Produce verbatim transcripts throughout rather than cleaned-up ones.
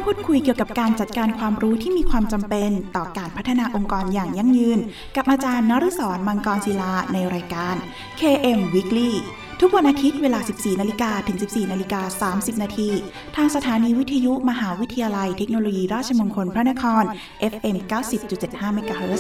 พูดคุยเกี่ยวกับการจัดการความรู้ที่มีความจำเป็นต่อการพัฒนาองค์กรอย่างยั่งยืนกับอาจารย์นฤศร มังกรศิลาในรายการ เค เอ็ม Weekly ทุกวันอาทิตย์เวลา สิบสี่นาฬิกา ถึง สิบสี่นาฬิกาสามสิบนาทีทางสถานีวิทยุมหาวิทยาลัยเทคโนโลยีราชมงคลพระนคร เอฟ เอ็ม เก้าสิบจุดเจ็ดห้า เมกะเฮิรตซ์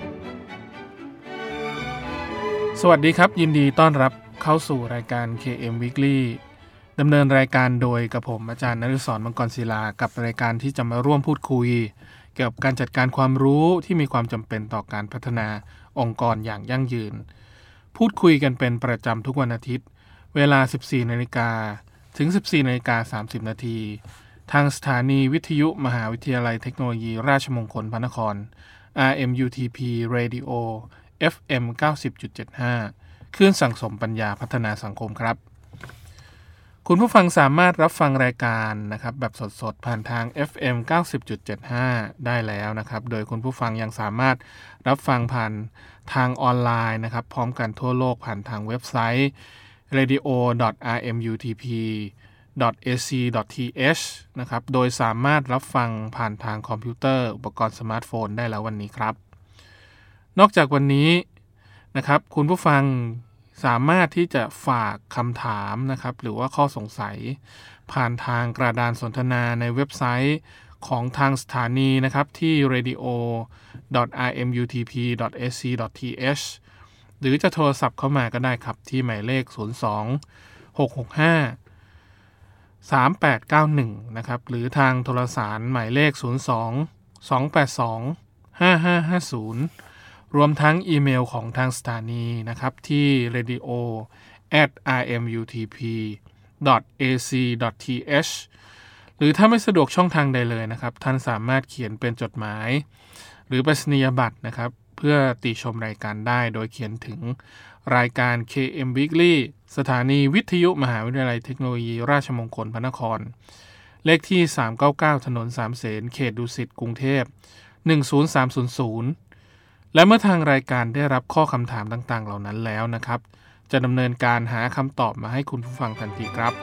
สวัสดีครับยินดีต้อนรับเข้าสู่รายการ เค เอ็ม Weekly ดำเนินรายการโดยกับผมอาจารย์นฤศร มังกรศิลากับรายการที่จะมาร่วมพูดคุยเกี่ยวกับการจัดการความรู้ที่มีความจำเป็นต่อการพัฒนาองค์กรอย่างยั่งยืนพูดคุยกันเป็นประจำทุกวันอาทิตย์เวลา สิบสี่นาฬิกา ถึง สิบสี่นาฬิกาสามสิบนาทีทางสถานีวิทยุมหาวิทยาลัยเทคโนโลยีราชมงคลพระนคร อาร์ เอ็ม ยู ที พี Radio เอฟ เอ็ม เก้าสิบจุดเจ็ดห้า คลื่นสั่งสมปัญญาพัฒนาสังคมครับคุณผู้ฟังสามารถรับฟังรายการนะครับแบบสดๆผ่านทาง เอฟ เอ็ม เก้าสิบจุดเจ็ดห้า ได้แล้วนะครับโดยคุณผู้ฟังยังสามารถรับฟังผ่านทางออนไลน์นะครับพร้อมกันทั่วโลกผ่านทางเว็บไซต์ เรดิโอ ดอท อาร์ เอ็ม ยู ที พี ดอท เอ ซี ดอท ที เอช นะครับโดยสามารถรับฟังผ่านทางคอมพิวเตอร์อุปกรณ์สมาร์ทโฟนได้แล้ววันนี้ครับนอกจากวันนี้นะครับคุณผู้ฟังสามารถที่จะฝากคำถามนะครับหรือว่าข้อสงสัยผ่านทางกระดานสนทนาในเว็บไซต์ของทางสถานีนะครับที่ เรดิโอ ดอท อาร์ เอ็ม ยู ที พี ดอท เอ ซี ดอท ที เอช หรือจะโทรศัพท์เข้ามาก็ได้ครับที่หมายเลขศูนย์ สอง หก หก ห้า สาม แปด เก้า หนึ่งนะครับหรือทางโทรสารหมายเลขศูนย์ สอง สอง แปด สอง ห้า ห้า ห้า ศูนย์รวมทั้งอีเมลของทางสถานีนะครับที่ เรดิโอ แอท อาร์ เอ็ม ยู ที พี ดอท เอ ซี ดอท ที เอช หรือถ้าไม่สะดวกช่องทางใดเลยนะครับท่านสามารถเขียนเป็นจดหมายหรือไปรษณียบัตรนะครับเพื่อติชมรายการได้โดยเขียนถึงรายการ เค เอ็ม Weekly สถานีวิทยุมหาวิทยาลัยเทคโนโลยีราชมงคลพระนครเลขที่สามเก้าเก้าถนนสามเสนเขตดุสิตกรุงเทพหนึ่งศูนย์สามศูนย์ศูนย์และเมื่อทางรายการได้รับข้อคำถามต่างๆเหล่านั้นแล้วนะครับจะดำเนินการหาคำตอบมาให้คุณผู้ฟังทันทีครับ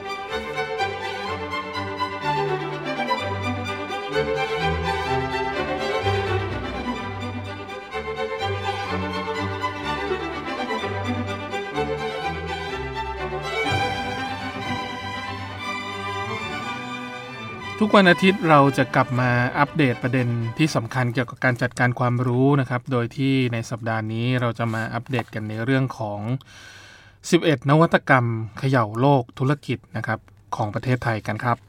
ทุกวันอาทิตย์เราจะกลับมาอัปเดตประเด็นที่สำคัญเกี่ยวกับการจัดการความรู้นะครับโดยที่ในสัปดาห์นี้เราจะมาอัปเดตกันในเรื่องของสิบเอ็ดนวัตกรรมเขย่าโลกธุรกิจนะครับของประเทศไทยกันครับ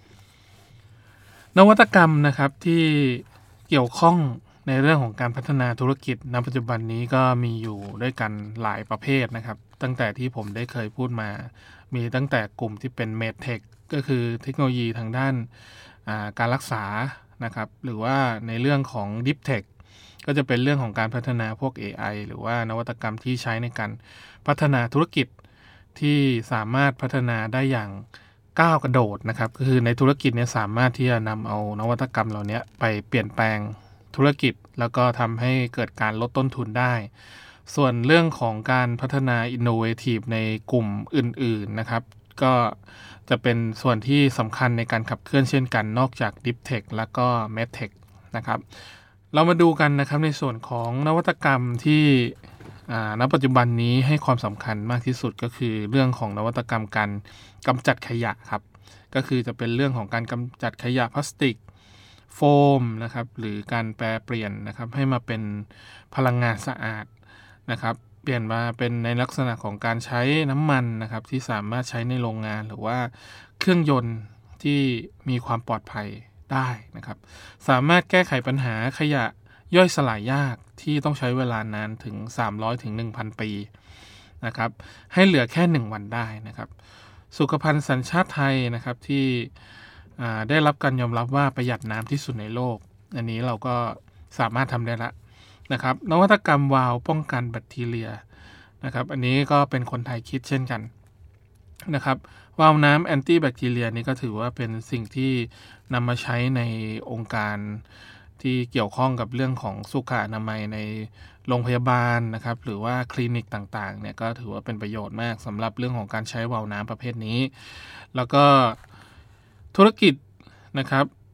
นวัตกรรมนะครับที่เกี่ยวข้องในเรื่องของการพัฒนาธุรกิจณปัจจุบันนี้ก็มีอยู่ด้วยกันหลายประเภทนะครับตั้งแต่ที่ผมได้เคยพูดมามีตั้งแต่กลุ่มที่เป็นเมดเทคก็คือเทคโนโลยีทางด้านการรักษานะครับหรือว่าในเรื่องของ Deep Tech ก็จะเป็นเรื่องของการพัฒนาพวก เอ ไอ หรือว่านวัตกรรมที่ใช้ในการพัฒนาธุรกิจที่สามารถพัฒนาได้อย่างก้าวกระโดดนะครับก็คือในธุรกิจเนี่ยสามารถที่จะนำเอานวัตกรรมเหล่านี้ไปเปลี่ยนแปลงธุรกิจแล้วก็ทำให้เกิดการลดต้นทุนได้ส่วนเรื่องของการพัฒนา Innovative ในกลุ่มอื่นๆนะครับก็จะเป็นส่วนที่สำคัญในการขับเคลื่อนเช่นกันนอกจาก Deep Tech แล้วก็ MedTech นะครับเรามาดูกันนะครับในส่วนของนวัตกรรมที่ณปัจจุบันนี้ให้ความสำคัญมากที่สุดก็คือเรื่องของนวัตกรรมการกำจัดขยะครับก็คือจะเป็นเรื่องของการกำจัดขยะพลาสติกโฟมนะครับหรือการแปรเปลี่ยนนะครับให้มาเป็นพลังงานสะอาดนะครับเปลี่ยนมาเป็นในลักษณะของการใช้น้ำมันนะครับที่สามารถใช้ในโรงงานหรือว่าเครื่องยนต์ที่มีความปลอดภัยได้นะครับสามารถแก้ไขปัญหาขยะย่อยสลายยากที่ต้องใช้เวลานานถึงสามร้อยถึง หนึ่งพัน ปีนะครับให้เหลือแค่หนึ่งวันได้นะครับสุขภัณฑ์สัญชาติไทยนะครับที่ได้รับการยอมรับว่าประหยัดน้ำที่สุดในโลกอันนี้เราก็สามารถทำได้ละนะครับนวัตกรรมวาล์วป้องกันแบคทีเรียนะครับอันนี้ก็เป็นคนไทยคิดเช่นกันนะครับวาล์วน้ำแอนตี้แบคทีเรียนี่ก็ถือว่าเป็นสิ่งที่นำมาใช้ในองค์การที่เกี่ยวข้องกับเรื่องของสุขอนามัยในโรงพยาบาลนะครับหรือว่าคลินิกต่างๆเนี่ยก็ถือว่าเป็นประโยชน์มากสำหรับเรื่องของการใช้วาล์วน้ำประเภทนี้แล้วก็ธุรกิจนะครับ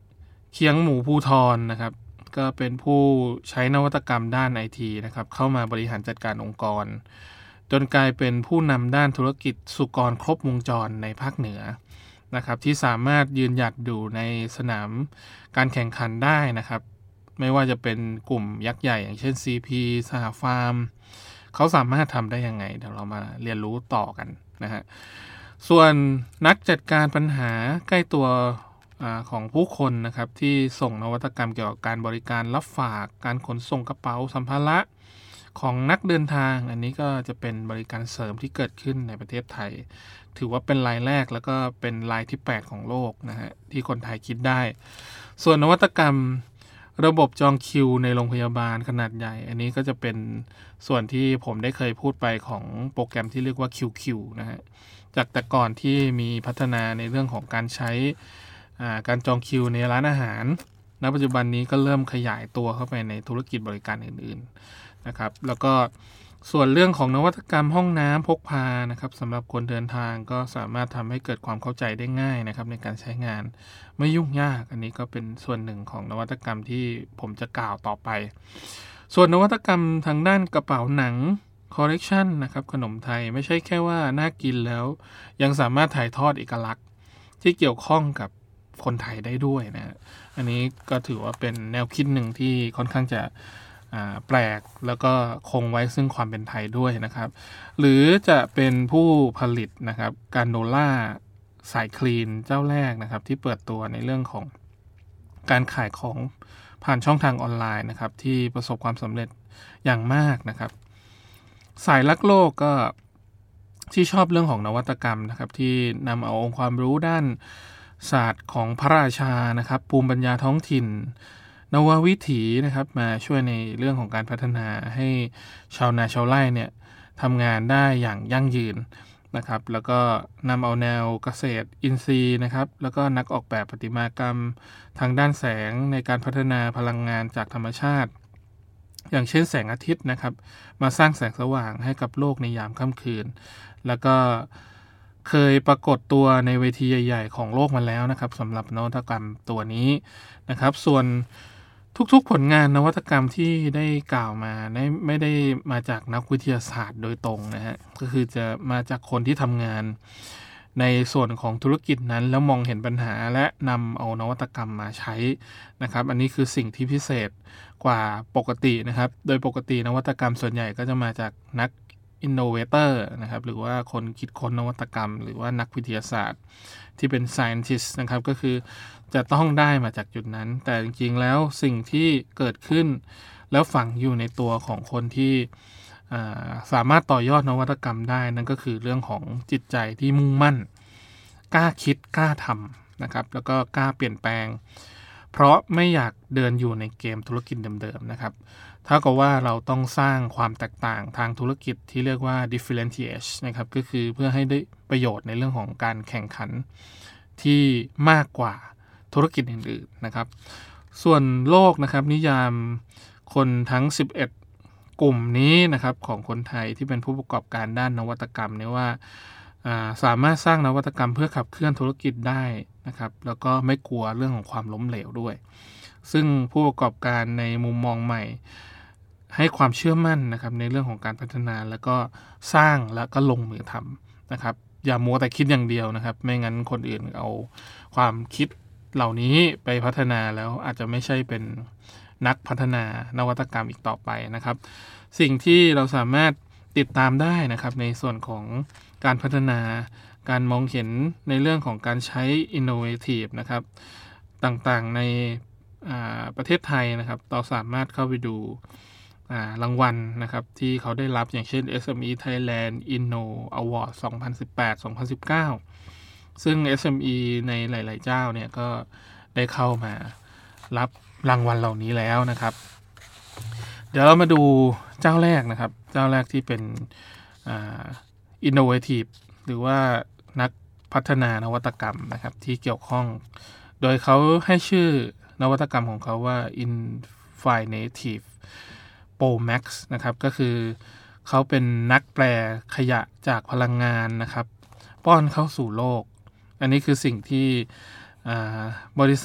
เคียงหมูภูทรนะครับก็เป็นผู้ใช้นวัตกรรมด้าน ไอ ที นะครับเข้ามาบริหารจัดการองค์กรจนกลายเป็นผู้นำด้านธุรกิจสุกรครบวงจรในภาคเหนือนะครับที่สามารถยืนหยัดอยู่ในสนามการแข่งขันได้นะครับไม่ว่าจะเป็นกลุ่มยักษ์ใหญ่อย่างเช่น ซี พี สหฟาร์มเขาสามารถทำได้ยังไงเดี๋ยวเรามาเรียนรู้ต่อกันนะฮะส่วนนักจัดการปัญหาใกล้ตัวของผู้คนนะครับที่ส่งนวัตกรรมเกี่ยวกับการบริการรับฝากการขนส่งกระเป๋าสัมภาระของนักเดินทางอันนี้ก็จะเป็นบริการเสริมที่เกิดขึ้นในประเทศไทยถือว่าเป็นรายแรกแล้วก็เป็นรายที่แปดของโลกนะฮะที่คนไทยคิดได้ส่วนนวัตกรรมระบบจองคิวในโรงพยาบาลขนาดใหญ่อันนี้ก็จะเป็นส่วนที่ผมได้เคยพูดไปของโปรแกรมที่เรียกว่า คิว คิว นะฮะจากแต่ก่อนที่มีพัฒนาในเรื่องของการใช้การจองคิวในร้านอาหารณปัจจุบันนี้ก็เริ่มขยายตัวเข้าไปในธุรกิจบริการอื่นๆนะครับแล้วก็ส่วนเรื่องของนวัตกรรมห้องน้ำพกพานะครับสำหรับคนเดินทางก็สามารถทำให้เกิดความเข้าใจได้ง่ายนะครับในการใช้งานไม่ยุ่งยากอันนี้ก็เป็นส่วนหนึ่งของนวัตกรรมที่ผมจะกล่าวต่อไปส่วนนวัตกรรมทางด้านกระเป๋าหนังคอลเลกชันนะครับขนมไทยไม่ใช่แค่ว่าน่ากินแล้วยังสามารถถ่ายทอดเอกลักษณ์ที่เกี่ยวข้องกับคนไทยได้ด้วยนะอันนี้ก็ถือว่าเป็นแนวคิดหนึ่งที่ค่อนข้างจะแปลกแล้วก็คงไว้ซึ่งความเป็นไทยด้วยนะครับหรือจะเป็นผู้ผลิตนะครับการโนล่าสายคลีนเจ้าแรกนะครับที่เปิดตัวในเรื่องของการขายของผ่านช่องทางออนไลน์นะครับที่ประสบความสำเร็จอย่างมากนะครับสายรักโลกก็ที่ชอบเรื่องของนวัตกรรมนะครับที่นำเอาองค์ความรู้ด้านศาสตร์ของพระราชานะครับภูมิปัญญาท้องถิ่นนววิถีนะครับมาช่วยในเรื่องของการพัฒนาให้ชาวนาชาวไร่เนี่ยทำงานได้อย่างยั่งยืนนะครับแล้วก็นำเอาแนวเกษตรอินทรีย์นะครับแล้วก็นักออกแบบประติมากรรมทางด้านแสงในการพัฒนาพลังงานจากธรรมชาติอย่างเช่นแสงอาทิตย์นะครับมาสร้างแสงสว่างให้กับโลกในยามค่ำคืนแล้วก็เคยปรากฏตัวในเวทีใหญ่ๆของโลกมาแล้วนะครับสำหรับนวัตกรรมตัวนี้นะครับส่วนทุกๆผลงานนวัตกรรมที่ได้กล่าวมาไม่ได้มาจากนักวิทยาศาสตร์โดยตรงนะฮะก็คือจะมาจากคนที่ทำงานในส่วนของธุรกิจนั้นแล้วมองเห็นปัญหาและนำเอานวัตกรรมมาใช้นะครับอันนี้คือสิ่งที่พิเศษกว่าปกตินะครับโดยปกตินวัตกรรมส่วนใหญ่ก็จะมาจากนักอินโนเวเตอร์นะครับหรือว่าคนคิดค้นนวัตกรรมหรือว่านักวิทยาศาสตร์ที่เป็น scientist นะครับก็คือจะต้องได้มาจากจุดนั้นแต่จริงๆแล้วสิ่งที่เกิดขึ้นแล้วฝังอยู่ในตัวของคนที่สามารถต่อยอดนวัตกรรมได้นั่นก็คือเรื่องของจิตใจที่มุ่งมั่นกล้าคิดกล้าทำนะครับแล้วก็กล้าเปลี่ยนแปลงเพราะไม่อยากเดินอยู่ในเกมธุรกิจเดิมๆนะครับเท่ากับว่าเราต้องสร้างความแตกต่างทางธุรกิจที่เรียกว่า differentiate นะครับก็คือเพื่อให้ได้ประโยชน์ในเรื่องของการแข่งขันที่มากกว่าธุรกิจอื่นๆนะครับส่วนโลกนะครับนิยามคนทั้งสิบเอ็ดกลุ่มนี้นะครับของคนไทยที่เป็นผู้ประกอบการด้านนวัตกรรมเนี่ยว่าสามารถสร้างนวัตกรรมเพื่อขับเคลื่อนธุรกิจได้นะครับแล้วก็ไม่กลัวเรื่องของความล้มเหลวด้วยซึ่งผู้ประกอบการในมุมมองใหม่ให้ความเชื่อมั่นนะครับในเรื่องของการพัฒนาแล้วก็สร้างแล้วก็ลงมือทำนะครับอย่ามัวแต่คิดอย่างเดียวนะครับไม่งั้นคนอื่นเอาความคิดเหล่านี้ไปพัฒนาแล้วอาจจะไม่ใช่เป็นนักพัฒนานวัตกรรมอีกต่อไปนะครับสิ่งที่เราสามารถติดตามได้นะครับในส่วนของการพัฒนาการมองเห็นในเรื่องของการใช้ innovative นะครับต่างๆในประเทศไทยนะครับเราสามารถเข้าไปดูรางวัลนะครับที่เขาได้รับอย่างเช่น เอส เอ็ม อี Thailand Inno Award สองพันสิบแปด สองพันสิบเก้า ซึ่ง เอส เอ็ม อี ในหลายๆเจ้าเนี่ยก็ได้เข้ามารับรางวัลเหล่านี้แล้วนะครับเดี๋ยวเรามาดูเจ้าแรกนะครับเจ้าแรกที่เป็นอ่า innovative หรือว่านักพัฒนานวัตกรรมนะครับที่เกี่ยวข้องโดยเขาให้ชื่อนวัตกรรมของเขาว่า Infinitive Pro Max นะครับก็คือเขาเป็นนักแปลขยะจากพลังงานนะครับป้อนเข้าสู่โลกอันนี้คือสิ่งที่บริษัท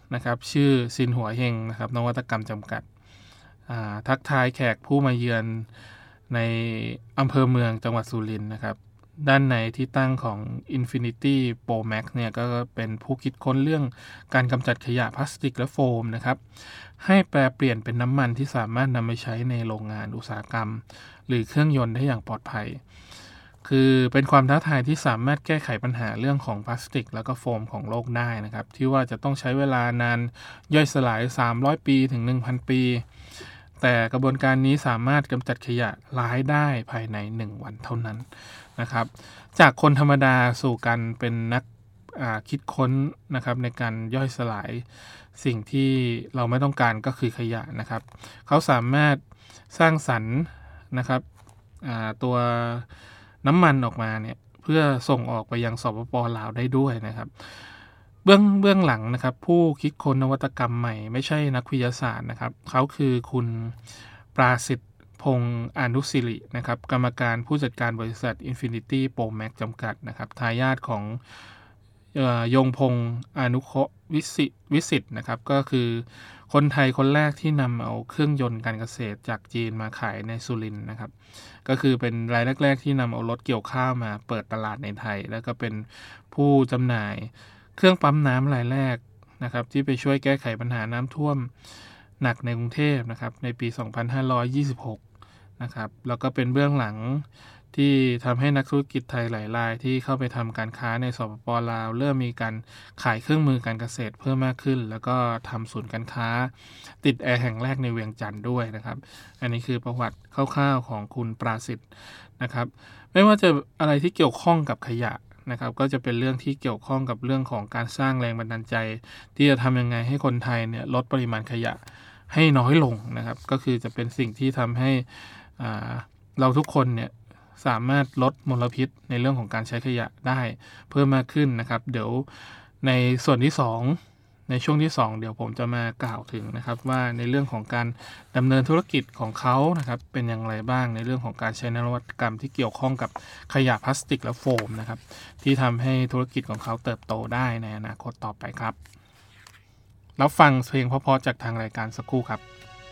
นะครับชื่อซินหัวเฮงนะครับนวัตกรรมจำกัดทักทายแขกผู้มาเยือนในอำเภอเมืองจังหวัดสุรินทร์นะครับด้านในที่ตั้งของ Infinity Pro Max เนี่ยก็เป็นผู้คิดค้นเรื่องการกำจัดขยะพลาสติกและโฟมนะครับให้แปลเปลี่ยนเป็นน้ำมันที่สามารถนำไปใช้ในโรงงานอุตสาหกรรมหรือเครื่องยนต์ได้อย่างปลอดภัยคือเป็นความท้าทายที่สามารถแก้ไขปัญหาเรื่องของพลาสติกแล้วก็โฟมของโลกได้นะครับที่ว่าจะต้องใช้เวลานานย่อยสลายสามร้อยปีถึง หนึ่งพัน ปีแต่กระบวนการนี้สามารถกำจัดขยะร้ายได้ภายในหนึ่งวันเท่านั้นนะครับจากคนธรรมดาสู่การเป็นนักคิดค้นนะครับในการย่อยสลายสิ่งที่เราไม่ต้องการก็คือขยะนะครับเขาสามารถสร้างสรรค์นะครับตัวน้ำมันออกมาเนี่ยเพื่อส่งออกไปยังสปป.ลาวได้ด้วยนะครับเบื้องเบื้องหลังนะครับผู้คิดค้นนวัตกรรมใหม่ไม่ใช่นักวิทยาศาสตร์นะครับเขาคือคุณปราสิทธิ์พงษ์อนุสิรินะครับกรรมการผู้จัดการบริษัท Infinity Pro Max จำกัดนะครับทายาทของยงพงษ์อนุเคราะห์วิสิวิสิทธ์นะครับก็คือคนไทยคนแรกที่นำเอาเครื่องยนต์การเกษตรจากจีนมาขายในสุรินทร์นะครับก็คือเป็นรายแรกๆที่นำเอารถเกี่ยวข้าวมาเปิดตลาดในไทยแล้วก็เป็นผู้จำหน่ายเครื่องปั๊มน้ำรายแรกนะครับที่ไปช่วยแก้ไขปัญหาน้ำท่วมหนักในกรุงเทพนะครับในปีสองพันห้าร้อยยี่สิบหกนะครับแล้วก็เป็นเบื้องหลังที่ทำให้นักธุรกิจไทยหลายรายที่เข้าไปทำการค้าในสปป.ลาวเริ่มมีการขายเครื่องมือการเกษตรเพิ่มมากขึ้นแล้วก็ทำศูนย์การค้าติดแอร์แห่งแรกในเวียงจันทร์ด้วยนะครับอันนี้คือประวัติคร่าวๆของคุณปราสิทธิ์นะครับไม่ว่าจะอะไรที่เกี่ยวข้องกับขยะนะครับก็จะเป็นเรื่องที่เกี่ยวข้องกับเรื่องของการสร้างแรงบันดาลใจที่จะทำยังไงให้คนไทยเนี่ยลดปริมาณขยะให้น้อยลงนะครับก็คือจะเป็นสิ่งที่ทำให้อ่าเราทุกคนเนี่ยสามารถลดมลพิษในเรื่องของการใช้ขยะได้เพิ่มมากขึ้นนะครับเดี๋ยวในส่วนที่สองในช่วงที่สองเดี๋ยวผมจะมากล่าวถึงนะครับว่าในเรื่องของการดำเนินธุรกิจของเขานะครับเป็นอย่างไรบ้างในเรื่องของการใช้นวัตกรรมที่เกี่ยวข้องกับขยะพลาสติกและโฟมนะครับที่ทำให้ธุรกิจของเขาเติบโตได้ในอนาคตต่อไปครับรับฟังเพลงเพราะๆจากทางรายการสักครู่ครับ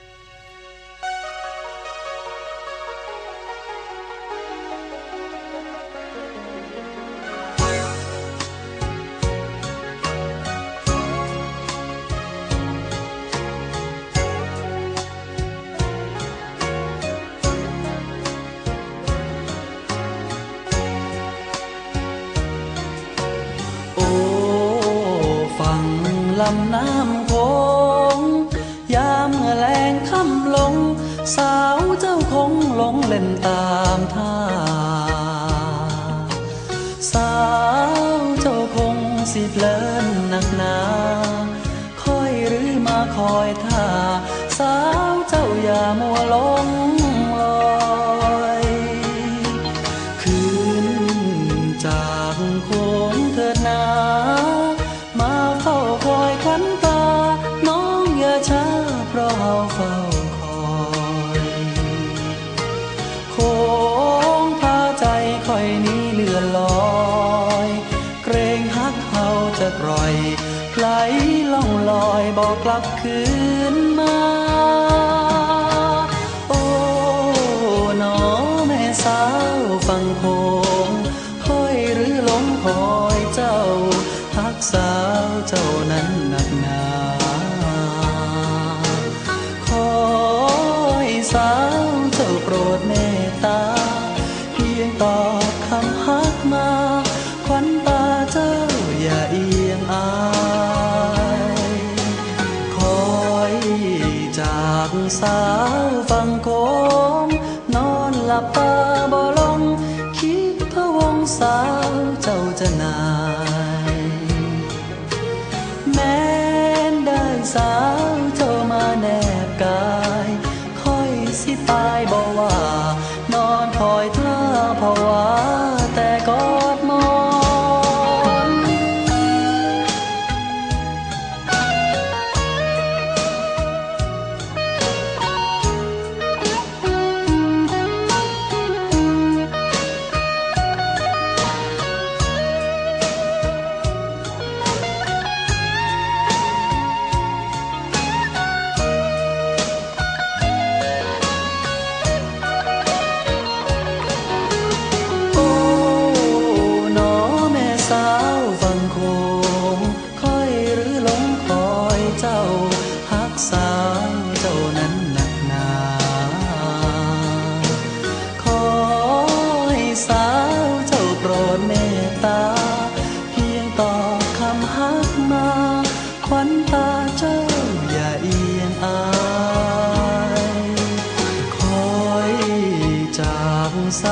ลำน้ำโขงยามเมื่อแลงค่ำลงสาวเจ้าคงหลงเล่นตามท่าสาวเจ้าคงสิเพลินหนักหนาคอยหรือมาคอยท่าสาวเจ้าอย่ามัวหลงลอยคืนจากโขงเถิดนามาเฝ้าคอยควันตาน้องอย่าช้าเพราะเฮาเฝ้าคอยโขงพาใจคอยนี้เลื่อนลอยเกรงฮักเฮาจะกร่อยไหลล่องลอยบอกกลับคืนมาโอ้น้อแม่สาวฟังโขงคอยหรือหลงคอยเจ้าฮักสาวเจ้านั้นหนักหนาคอยสาวเจ้าโปรดเมตตาเพียงตอบคำฮักมาขวัญตาเจ้าอย่าเอียงอายคอยจากสาวฟังโขงนอนหลับตาบ่ลงคิดพะวงสาวเจ้าจะนายแม้นได้สาวเจ้ามาแนบกายค่อยสิตายบ่ว่านอนคอยท่าภาวะแต่กอดมอน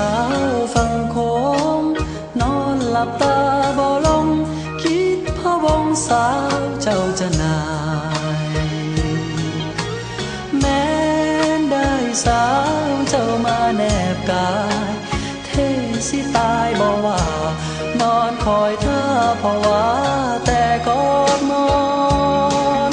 าวฟังโคงนอนหลับตาบ่ลงคิดพะวงสาวเจ้าจะนายแม้ได้สาวเจ้ามาแนบกายเทสิตายบ่ว่านอนคอยท่าเพราะว่าแต่กอดมอน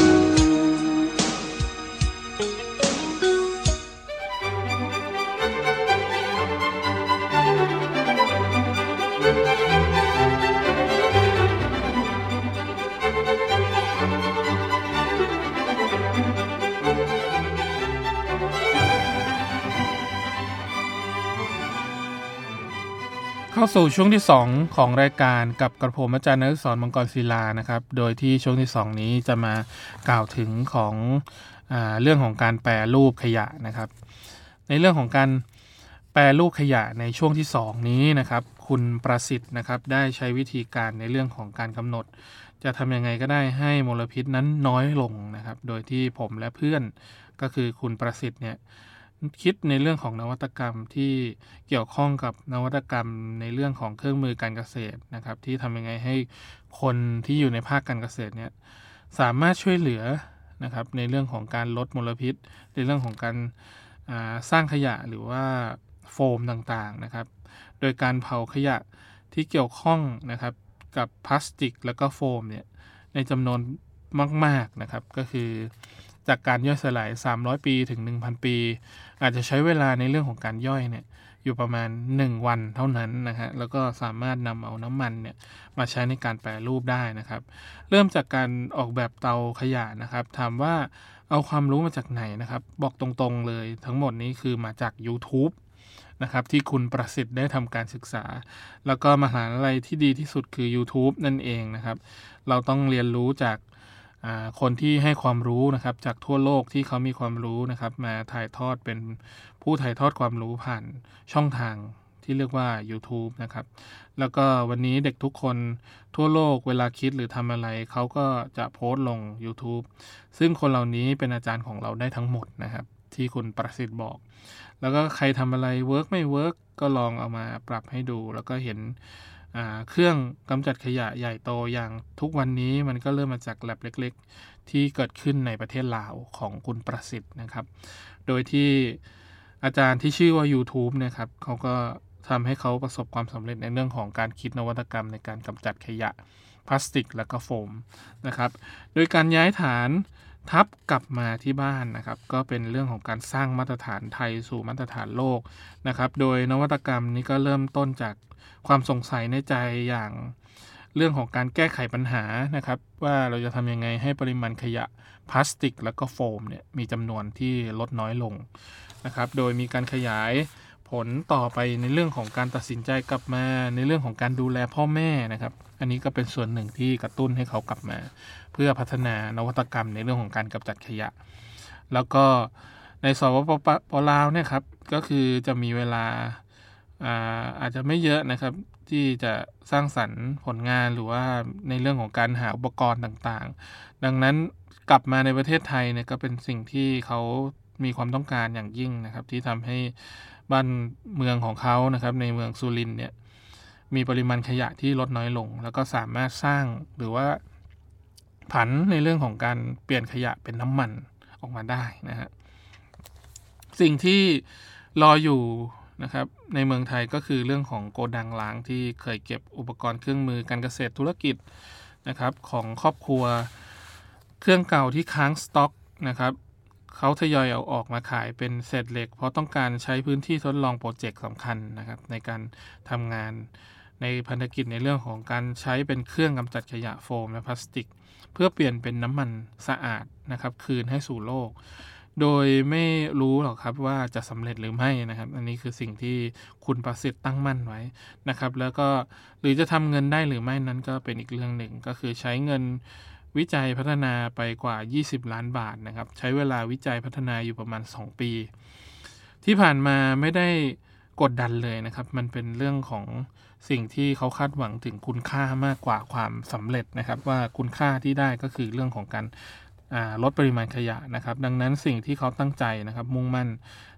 เข้าสู่ช่วงที่สองของรายการกับกระผมอาจารย์นฤศรมังกรศิลานะครับโดยที่ช่วงที่สองนี้จะมากล่าวถึงของอ่าเรื่องของการแปรรูปขยะนะครับในเรื่องของการแปรรูปขยะในช่วงที่สองนี้นะครับคุณประสิทธิ์นะครับได้ใช้วิธีการในเรื่องของการกำหนดจะทำยังไงก็ได้ให้มลพิษนั้นน้อยลงนะครับโดยที่ผมและเพื่อนก็คือคุณประสิทธิ์เนี่ยคิดในเรื่องของนวัตกรรมที่เกี่ยวข้องกับนวัตกรรมในเรื่องของเครื่องมือการเกษตรนะครับที่ทำยังไงให้คนที่อยู่ในภาคการเกษตรเนี่ยสามารถช่วยเหลือนะครับในเรื่องของการลดมลพิษในเรื่องของการสร้างขยะหรือว่าโฟมต่างๆนะครับโดยการเผาขยะที่เกี่ยวข้องนะครับกับพลาสติกแล้วก็โฟมเนี่ยในจำนวนมากๆนะครับก็คือจากการย่อยสลายสามร้อยปีถึง หนึ่งพัน ปีอาจจะใช้เวลาในเรื่องของการย่อยเนี่ยอยู่ประมาณหนึ่งวันเท่านั้นนะฮะแล้วก็สามารถนำเอาน้ำมันเนี่ยมาใช้ในการแปรรูปได้นะครับเริ่มจากการออกแบบเตาขยะนะครับถามว่าเอาความรู้มาจากไหนนะครับบอกตรงๆเลยทั้งหมดนี้คือมาจาก YouTube นะครับที่คุณประสิทธิ์ได้ทำการศึกษาแล้วก็มหาวิทยาลัยที่ดีที่สุดคือ YouTube นั่นเองนะครับเราต้องเรียนรู้จากคนที่ให้ความรู้นะครับจากทั่วโลกที่เขามีความรู้นะครับมาถ่ายทอดเป็นผู้ถ่ายทอดความรู้ผ่านช่องทางที่เรียกว่า YouTube นะครับแล้วก็วันนี้เด็กทุกคนทั่วโลกเวลาคิดหรือทำอะไรเขาก็จะโพสต์ลง YouTube ซึ่งคนเหล่านี้เป็นอาจารย์ของเราได้ทั้งหมดนะครับที่คุณประสิทธิ์บอกแล้วก็ใครทำอะไรเวิร์กไม่เวิร์กก็ลองเอามาปรับให้ดูแล้วก็เห็นเครื่องกำจัดขยะใหญ่โตอย่างทุกวันนี้มันก็เริ่มมาจากแลบเล็กๆที่เกิดขึ้นในประเทศลาวของคุณประสิทธิ์นะครับโดยที่อาจารย์ที่ชื่อว่า YouTube เนี่ยครับเขาก็ทำให้เขาประสบความสำเร็จในเรื่องของการคิดนวัตกรรมในการกำจัดขยะพลาสติกและก็โฟมนะครับโดยการย้ายฐานทับกลับมาที่บ้านนะครับก็เป็นเรื่องของการสร้างมาตรฐานไทยสู่มาตรฐานโลกนะครับโดยนวัตกรรมนี้ก็เริ่มต้นจากความสงสัยในใจอย่างเรื่องของการแก้ไขปัญหานะครับว่าเราจะทำยังไงให้ปริมาณขยะพลาสติกและก็โฟมเนี่ยมีจำนวนที่ลดน้อยลงนะครับโดยมีการขยายผลต่อไปในเรื่องของการตัดสินใจกลับมาในเรื่องของการดูแลพ่อแม่นะครับอันนี้ก็เป็นส่วนหนึ่งที่กระตุ้นให้เขากลับมาเพื่อพัฒนานวัตกรรมในเรื่องของการกำจัดขยะแล้วก็ในสปป.ลาวเนี่ยครับก็คือจะมีเวลาอาอาจจะไม่เยอะนะครับที่จะสร้างสรรค์ผลงานหรือว่าในเรื่องของการหาอุปกรณ์ต่างๆดังนั้นกลับมาในประเทศไทยเนี่ยก็เป็นสิ่งที่เขามีความต้องการอย่างยิ่งนะครับที่ทำให้บ้านเมืองของเขานะครับในเมืองสุรินทร์เนี่ยมีปริมาณขยะที่ลดน้อยลงแล้วก็สามารถสร้างหรือว่าผันในเรื่องของการเปลี่ยนขยะเป็นน้ำมันออกมาได้นะฮะสิ่งที่รออยู่นะครับในเมืองไทยก็คือเรื่องของโกดังล้างที่เคยเก็บอุปกรณ์เครื่องมือการเกษตรธุรกิจนะครับของครอบครัวเครื่องเก่าที่ค้างสต็อกนะครับเขาทยอยเอาออกมาขายเป็นเศษเหล็กเพราะต้องการใช้พื้นที่ทดลองโปรเจกต์สำคัญนะครับในการทำงานในพันธกิจในเรื่องของการใช้เป็นเครื่องกำจัดขยะโฟมและพลาสติกเพื่อเปลี่ยนเป็นน้ำมันสะอาดนะครับคืนให้สู่โลกโดยไม่รู้หรอกครับว่าจะสำเร็จหรือไม่นะครับอันนี้คือสิ่งที่คุณประสิทธิ์ตั้งมั่นไว้นะครับแล้วก็หรือจะทำเงินได้หรือไม่นั้นก็เป็นอีกเรื่องหนึ่งก็คือใช้เงินวิจัยพัฒนาไปกว่ายี่สิบล้านบาทนะครับใช้เวลาวิจัยพัฒนาอยู่ประมาณสองปีที่ผ่านมาไม่ได้กดดันเลยนะครับมันเป็นเรื่องของสิ่งที่เขาคาดหวังถึงคุณค่ามากกว่าความสำเร็จนะครับว่าคุณค่าที่ได้ก็คือเรื่องของการลดปริมาณขยะนะครับดังนั้นสิ่งที่เขาตั้งใจนะครับมุ่งมั่น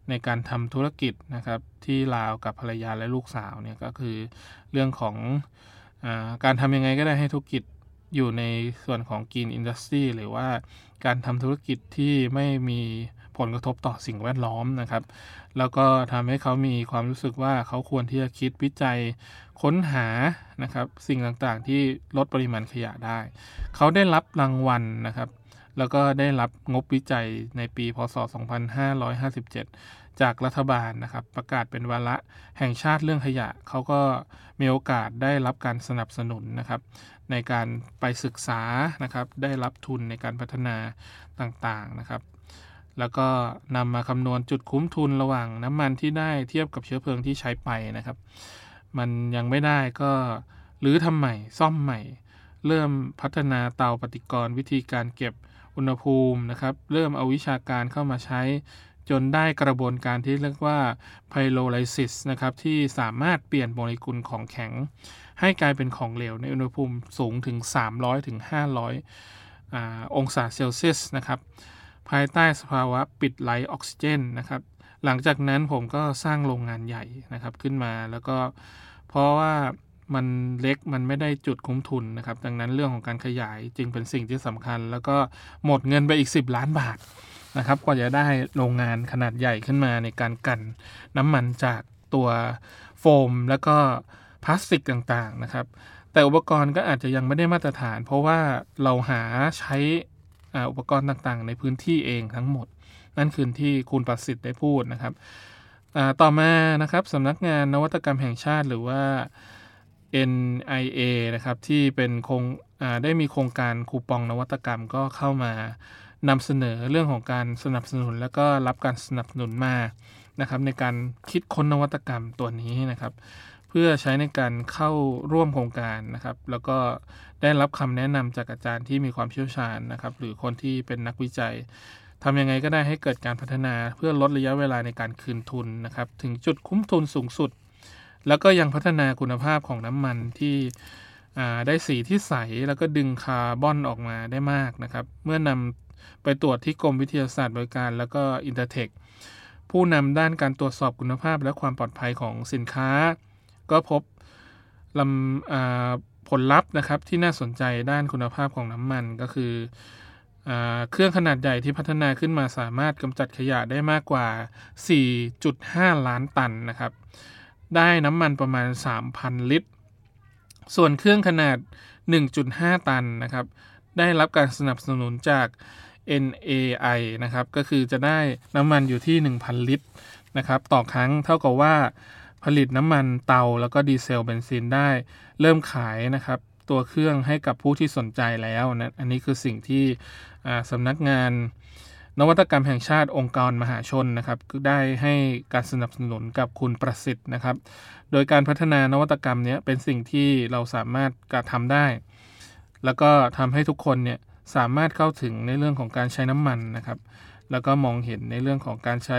ในการทำธุรกิจนะครับที่ลาวกับภรรยาและลูกสาวเนี่ยก็คือเรื่องของอ่าการทำยังไงก็ได้ให้ธุรกิจอยู่ในส่วนของ Green Industry หรือว่าการทำธุรกิจที่ไม่มีผลกระทบต่อสิ่งแวดล้อมนะครับแล้วก็ทำให้เขามีความรู้สึกว่าเขาควรที่จะคิดวิจัยค้นหานะครับสิ่งต่างๆที่ลดปริมาณขยะได้เขาได้รับรางวัลนะครับแล้วก็ได้รับงบวิจัยในปีพ.ศ. สองพันห้าร้อยห้าสิบเจ็ดจากรัฐบาลนะครับประกาศเป็นวาระแห่งชาติเรื่องขยะเขาก็มีโอกาสได้รับการสนับสนุนนะครับในการไปศึกษานะครับได้รับทุนในการพัฒนาต่างๆนะครับแล้วก็นำมาคำนวณจุดคุ้มทุนระหว่างน้ำมันที่ได้เทียบกับเชื้อเพลิงที่ใช้ไปนะครับมันยังไม่ได้ก็รื้อทำใหม่ซ่อมใหม่เริ่มพัฒนาเตาปฏิกรณ์วิธีการเก็บอุณหภูมินะครับเริ่มเอาวิชาการเข้ามาใช้จนได้กระบวนการที่เรียกว่า pyrolysis นะครับที่สามารถเปลี่ยนโมเลกุลของแข็งให้กลายเป็นของเหลวในอุณหภูมิสูงถึงสามร้อยถึงห้าร้อยอ่าองศาเซลเซียสนะครับภายใต้สภาวะปิดไร้ออกซิเจนนะครับหลังจากนั้นผมก็สร้างโรงงานใหญ่นะครับขึ้นมาแล้วก็เพราะว่ามันเล็กมันไม่ได้จุดคุ้มทุนนะครับดังนั้นเรื่องของการขยายจึงเป็นสิ่งที่สำคัญแล้วก็หมดเงินไปอีกสิบล้านบาทนะครับกว่าจะได้โรงงานขนาดใหญ่ขึ้นมาในการกันน้ำมันจากตัวโฟมแล้วก็พลาสติกต่างๆนะครับแต่อุปกรณ์ก็อาจจะยังไม่ได้มาตรฐานเพราะว่าเราหาใช้อุปกรณ์ต่างๆในพื้นที่เองทั้งหมดนั่นคือที่คุณประสิทธิ์ได้พูดนะครับต่อมานะครับสำนักงานนวัตกรรมแห่งชาติหรือว่า เอ็น ไอ เอ นะครับที่เป็นโครงได้มีโครงการคูปองนวัตกรรมก็เข้ามานำเสนอเรื่องของการสนับสนุนแล้วก็รับการสนับสนุนมานะครับในการคิดค้นนวัตกรรมตัวนี้นะครับเพื่อใช้ในการเข้าร่วมโครงการนะครับแล้วก็ได้รับคำแนะนำจากอาจารย์ที่มีความเชี่ยวชาญนะครับหรือคนที่เป็นนักวิจัยทำยังไงก็ได้ให้เกิดการพัฒนาเพื่อลดระยะเวลาในการคืนทุนนะครับถึงจุดคุ้มทุนสูงสุดแล้วก็ยังพัฒนาคุณภาพของน้ำมันที่ได้สีที่ใสแล้วก็ดึงคาร์บอนออกมาได้มากนะครับเมื่อนำไปตรวจที่กรมวิทยาศาสตร์บริการแล้วก็อินเตอร์เทคผู้นำด้านการตรวจสอบคุณภาพและความปลอดภัยของสินค้าก็พบลำผลลัพธ์นะครับที่น่าสนใจด้านคุณภาพของน้ำมันก็คือเครื่องขนาดใหญ่ที่พัฒนาขึ้นมาสามารถกำจัดขยะได้มากกว่า สี่จุดห้า ล้านตันนะครับได้น้ำมันประมาณ สามพัน ลิตรส่วนเครื่องขนาด หนึ่งจุดห้า ตันนะครับได้รับการสนับสนุนจาก เอ็น เอ ไอ นะครับก็คือจะได้น้ำมันอยู่ที่ หนึ่งพัน ลิตรนะครับต่อครั้งเท่ากับว่าผลิตน้ำมันเตาแล้วก็ดีเซลเบนซินได้เริ่มขายนะครับตัวเครื่องให้กับผู้ที่สนใจแล้วนะอันนี้คือสิ่งที่สำนักงานนวัตกรรมแห่งชาติองค์การมหาชนนะครับได้ให้การสนับสนุนกับคุณประสิทธิ์นะครับโดยการพัฒนานวัตกรรมนี้เป็นสิ่งที่เราสามารถกระทำได้แล้วก็ทำให้ทุกคนเนี่ยสามารถเข้าถึงในเรื่องของการใช้น้ำมันนะครับแล้วก็มองเห็นในเรื่องของการใช้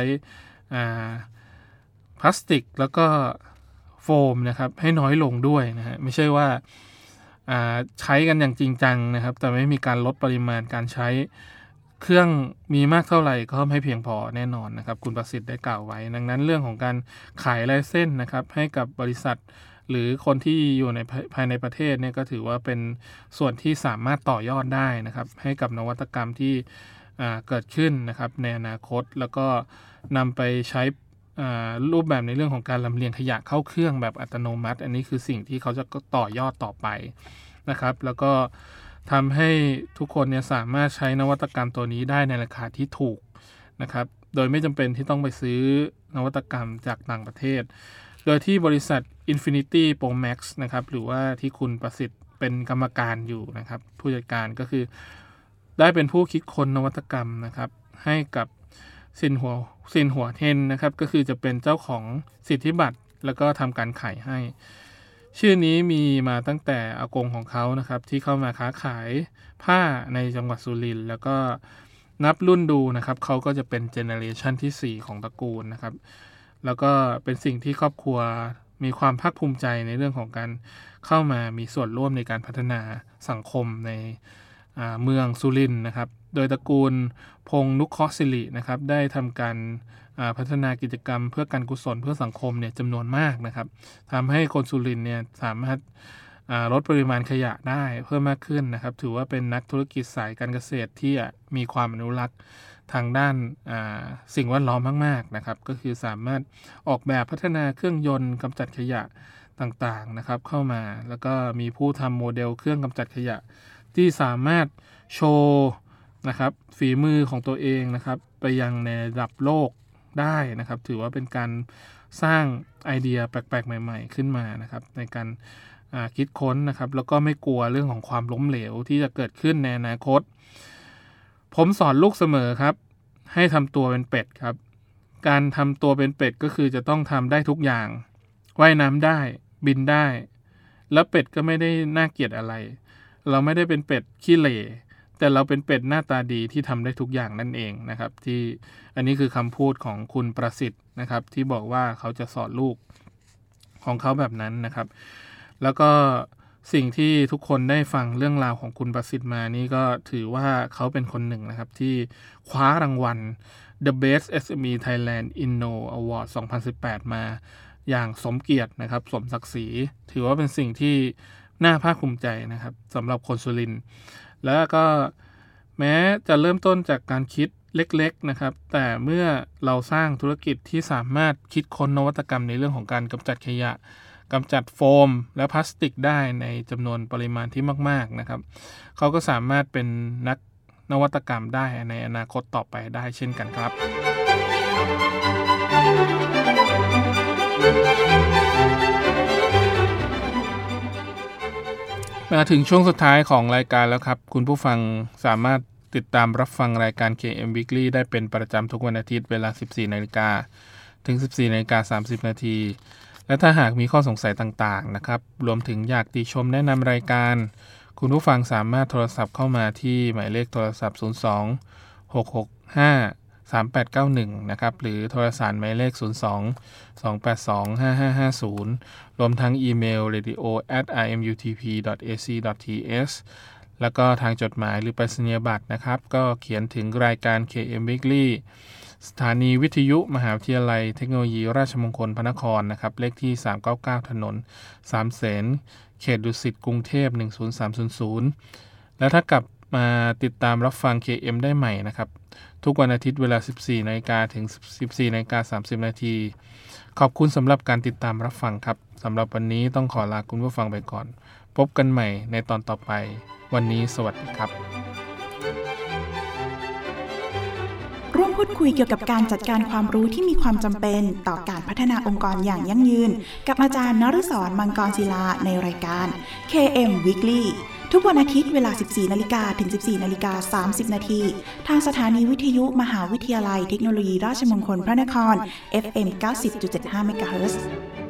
พลาสติกแล้วก็โฟมนะครับให้น้อยลงด้วยนะฮะไม่ใช่ว่าใช้กันอย่างจริงจังนะครับแต่ไม่มีการลดปริมาณการใช้เครื่องมีมากเท่าไหร่ก็ไม่เพียงพอแน่นอนนะครับคุณประสิทธิ์ได้กล่าวไว้ดังนั้นเรื่องของการขายลายเส้นนะครับให้กับบริษัทหรือคนที่อยู่ในภายในประเทศเนี่ยก็ถือว่าเป็นส่วนที่สามารถต่อยอดได้นะครับให้กับนวัตกรรมที่เกิดขึ้นนะครับในอนาคตแล้วก็นำไปใช้รูปแบบในเรื่องของการลำเลียงขยะเข้าเครื่องแบบอัตโนมัติอันนี้คือสิ่งที่เขาจะต่อยอดต่อไปนะครับแล้วก็ทำให้ทุกคนเนี่ยสามารถใช้นวัตกรรมตัวนี้ได้ในราคาที่ถูกนะครับโดยไม่จำเป็นที่ต้องไปซื้อนวัตกรรมจากต่างประเทศโดยที่บริษัท Infinity Pro Max นะครับหรือว่าที่คุณประสิทธิ์เป็นกรรมการอยู่นะครับผู้จัดการก็คือได้เป็นผู้คิดค้นนวัตกรรมนะครับให้กับซินหัวซินหัวเทนนะครับก็คือจะเป็นเจ้าของสิทธิบัตรแล้วก็ทำการขายให้ชื่อนี้มีมาตั้งแต่อากงของเขานะครับที่เข้ามาค้าขายผ้าในจังหวัดสุรินทร์แล้วก็นับรุ่นดูนะครับเขาก็จะเป็นเจเนอเรชันที่สี่ของตระกูลนะครับแล้วก็เป็นสิ่งที่ครอบครัวมีความภาคภูมิใจในเรื่องของการเข้ามามีส่วนร่วมในการพัฒนาสังคมในเมืองสุรินทร์นะครับโดยตระกูลพงษ์นุเคราะห์ศิรินะครับได้ทำการพัฒนากิจกรรมเพื่อการกุศลเพื่อสังคมเนี่ยจำนวนมากนะครับทำให้คนสุรินทร์เนี่ยสามารถลดปริมาณขยะได้เพิ่มมากขึ้นนะครับถือว่าเป็นนักธุรกิจสายการเกษตรที่มีความอนุรักษ์ทางด้านสิ่งแวดล้อมมากๆนะครับก็คือสามารถออกแบบพัฒนาเครื่องยนต์กำจัดขยะต่างๆนะครับเข้ามาแล้วก็มีผู้ทำโมเดลเครื่องกำจัดขยะที่สามารถโชว์นะครับฝีมือของตัวเองนะครับไปยังในระดับโลกได้นะครับถือว่าเป็นการสร้างไอเดียแปลกๆใหม่ๆขึ้นมานะครับในการคิดค้นนะครับแล้วก็ไม่กลัวเรื่องของความล้มเหลวที่จะเกิดขึ้นในอนาคตผมสอนลูกเสมอครับให้ทำตัวเป็นเป็ดครับการทำตัวเป็นเป็ดก็คือจะต้องทำได้ทุกอย่างว่ายน้ำได้บินได้แล้วเป็ดก็ไม่ได้น่าเกลียดอะไรเราไม่ได้เป็นเป็ดขี้เหร่แต่เราเป็นเป็ดหน้าตาดีที่ทำได้ทุกอย่างนั่นเองนะครับที่อันนี้คือคำพูดของคุณประสิทธิ์นะครับที่บอกว่าเขาจะสอนลูกของเขาแบบนั้นนะครับแล้วก็สิ่งที่ทุกคนได้ฟังเรื่องราวของคุณประสิทธิ์มานี่ก็ถือว่าเขาเป็นคนหนึ่งนะครับที่คว้ารางวัล The Best เอส เอ็ม อี Thailand Inno Award สองพันสิบแปดมาอย่างสมเกียรตินะครับสมศักดิ์ศรีถือว่าเป็นสิ่งที่น่าภาคภูมิใจนะครับสำหรับคนสุรินทร์แล้วก็แม้จะเริ่มต้นจากการคิดเล็กๆนะครับแต่เมื่อเราสร้างธุรกิจที่สามารถคิดค้นนวัตกรรมในเรื่องของการกำจัดขยะกำจัดโฟมและพลาสติกได้ในจำนวนปริมาณที่มากๆนะครับเขาก็สามารถเป็นนักนวัตกรรมได้ในอนาคตต่อไปได้เช่นกันครับมาถึงช่วงสุดท้ายของรายการแล้วครับคุณผู้ฟังสามารถติดตามรับฟังรายการ เค เอ็ม Weekly ได้เป็นประจำทุกวันอาทิตย์เวลา สิบสี่นาฬิกา ถึง สิบสี่นาฬิกาสามสิบนาที และถ้าหากมีข้อสงสัยต่างๆนะครับรวมถึงอยากติชมแนะนำรายการคุณผู้ฟังสามารถโทรศัพท์เข้ามาที่หมายเลขโทรศัพท์ศูนย์ สอง หก หก ห้า สาม แปด เก้า หนึ่งนะครับหรือโทรสารหมายเลขศูนย์ สอง สอง แปด สอง ห้า ห้า ห้า ศูนย์รวมทั้งอีเมล เรดิโอ แอท อาร์ เอ็ม ยู ที พี ดอท เอ ซี ดอท ที เอส แล้วก็ทางจดหมายหรือไปรษณียบัตรนะครับก็เขียนถึงรายการ เค เอ็ม Weekly สถานีวิทยุมหาวิทยาลัยเทคโนโลยีราชมงคลพระนครนะครับเลขที่สามเก้าเก้าถนนสามเสนเขตดุสิตกรุงเทพหนึ่งศูนย์สามศูนย์ศูนย์และถ้ากลับมาติดตามรับฟัง เค เอ็ม ได้ใหม่นะครับทุกวันอาทิตย์เวลา สิบสี่นาฬิกา ถึง สิบสี่นาฬิกาสามสิบนาทีขอบคุณสำหรับการติดตามรับฟังครับสำหรับวันนี้ต้องขอลาคุณผู้ฟังไปก่อนพบกันใหม่ในตอนต่อไปวันนี้สวัสดีครับร่วมพูดคุยเกี่ยวกับการจัดการความรู้ที่มีความจำเป็นต่อการพัฒนาองค์กรอย่างยั่งยืนกับอาจารย์นฤศร มังกรศิลาในรายการ เค เอ็ม Weekly ทุกวันอาทิตย์เวลา สิบสี่นาฬิกา ถึง สิบสี่นาฬิกาสามสิบนาทีทางสถานีวิทยุมหาวิทยาลัยเทคโนโลยีราชมงคลพระนคร เอฟ เอ็ม เก้าสิบจุดเจ็ดห้า เมกะเฮิรตซ์